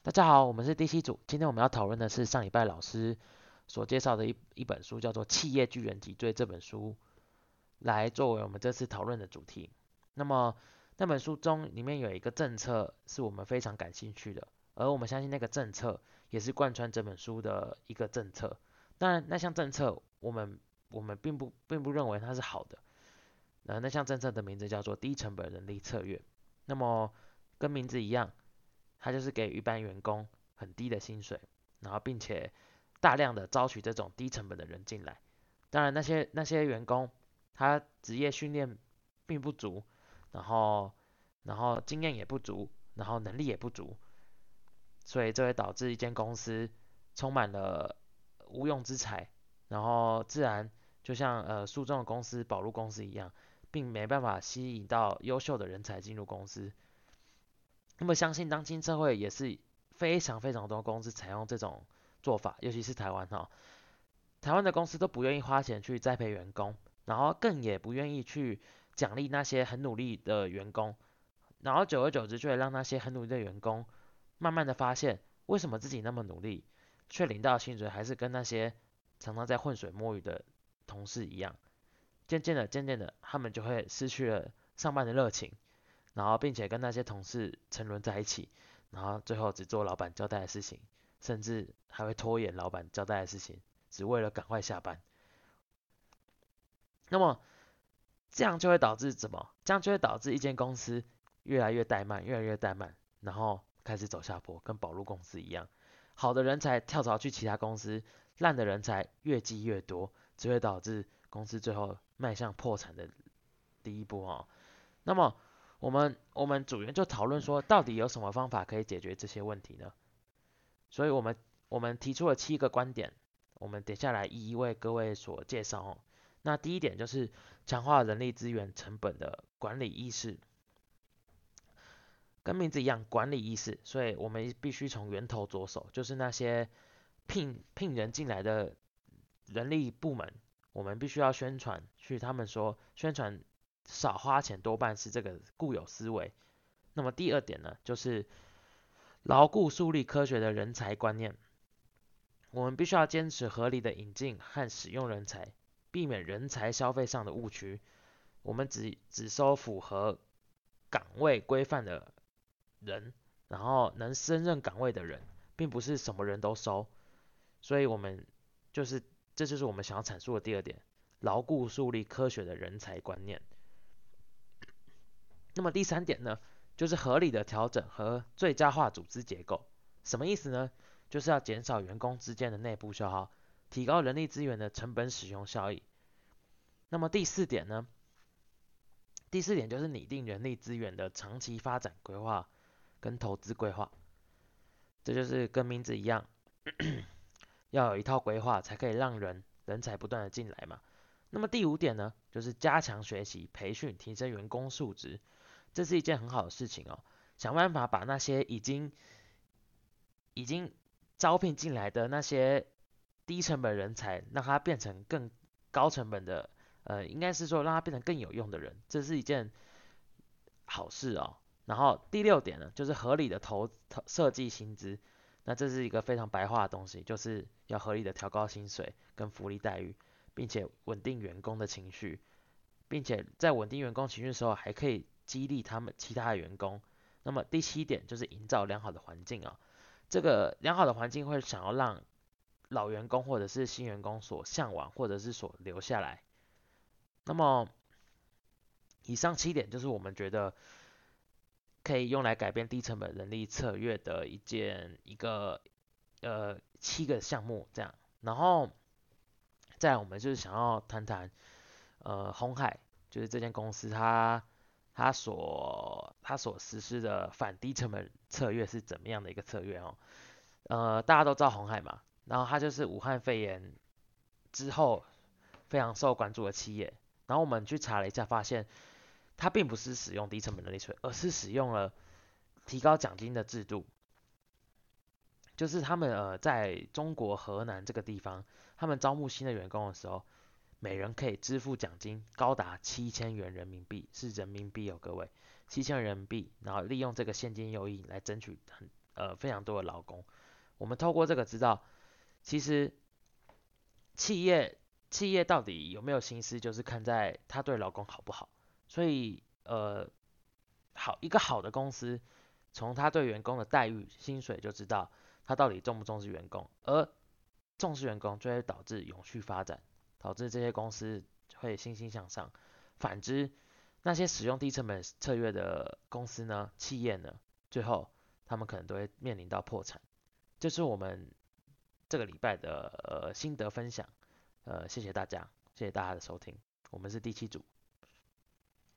大家好，我们是第七组。今天我们要讨论的是上礼拜老师所介绍的一本书，叫做《企业巨人脊椎》这本书，来作为我们这次讨论的主题。那么那本书中里面有一个政策是我们非常感兴趣的，而我们相信那个政策也是贯穿整本书的一个政策。当然，那项政策我们并不认为它是好的。那项政策的名字叫做低成本人力策略。那么跟名字一样，它就是给予一般员工很低的薪水，然后并且大量的招取这种低成本的人进来。当然那些员工他职业训练并不足，然后经验也不足，然后能力也不足，所以这会导致一间公司充满了无用之才，然后自然就像书中的公司宝路公司一样，并没办法吸引到优秀的人才进入公司。那么相信当今社会也是非常非常多公司采用这种做法，尤其是台湾哈，台湾的公司都不愿意花钱去栽培员工，然后更也不愿意去奖励那些很努力的员工，然后久而久之就会让那些很努力的员工慢慢的发现，为什么自己那么努力，却领到的薪水还是跟那些常常在浑水摸鱼的同事一样，渐渐的，他们就会失去了上班的热情。然后并且跟那些同事沉沦在一起，然后最后只做老板交代的事情，甚至还会拖延老板交代的事情，只为了赶快下班。那么这样就会导致什么？这样就会导致一间公司越来越怠慢，越来越怠慢，然后开始走下坡，跟宝路公司一样。好的人才跳槽去其他公司，烂的人才越积越多，只会导致公司最后迈向破产的第一步哦。那么我们组员就讨论说，到底有什么方法可以解决这些问题呢？所以我们提出了7个观点，我们等下来一一为各位所介绍哦。那第一点就是强化人力资源成本的管理意识，跟名字一样，管理意识，所以我们必须从源头着手，就是那些聘人进来的人力部门，我们必须要宣传，去他们说宣传少花钱多办事这个固有思维。那么第二点呢，就是牢固树立科学的人才观念。我们必须要坚持合理的引进和使用人才，避免人才消费上的误区。我们只收符合岗位规范的人，然后能胜任岗位的人，并不是什么人都收。所以我们就是这就是我们想要阐述的第二点，牢固树立科学的人才观念。那么第三点呢，就是合理的调整和最佳化组织结构。什么意思呢？就是要减少员工之间的内部消耗，提高人力资源的成本使用效益。那么第四点呢？第四点就是拟定人力资源的长期发展规划跟投资规划。这就是跟名字一样，要有一套规划，才可以让人才不断的进来嘛。那么第五点呢，就是加强学习、培训，提升员工素质。这是一件很好的事情哦。想办法把那些已经招聘进来的那些低成本人才，让他变成更高成本的，应该是说让他变成更有用的人，这是一件好事哦。然后第六点呢，就是合理的设计薪资。那这是一个非常白话的东西，就是要合理的调高薪水跟福利待遇，并且稳定员工的情绪，并且在稳定员工情绪的时候，还可以激励他们其他的员工。那么第七点就是营造良好的环境啊，这个良好的环境会想要让老员工或者是新员工所向往，或者是所留下来。那么以上7点就是我们觉得可以用来改变低成本人力策略的7个项目这样。然后再来我们就是想要谈谈红海，就是这间公司它所实施的反低成本策略是怎么样的一个策略哦？大家都知道红海嘛，然后它就是武汉肺炎之后非常受关注的企业。然后我们去查了一下，发现它并不是使用低成本人力策略，而是使用了提高奖金的制度。就是他们在中国河南这个地方，他们招募新的员工的时候，每人可以支付奖金高达7000元人民币，是人民币哦，各位，7000元人民币，然后利用这个现金诱因来争取非常多的劳工。我们透过这个知道，其实企业企业到底有没有心思，就是看在他对劳工好不好。所以一个好的公司，从他对员工的待遇、薪水就知道他到底重不重视员工，而重视员工就会导致永续发展，导致这些公司会欣欣向上。反之，那些使用低成本策略的公司呢，企业呢，最后他们可能都会面临到破产。这是我们这个礼拜的心得分享。谢谢大家，谢谢大家的收听，我们是第七组。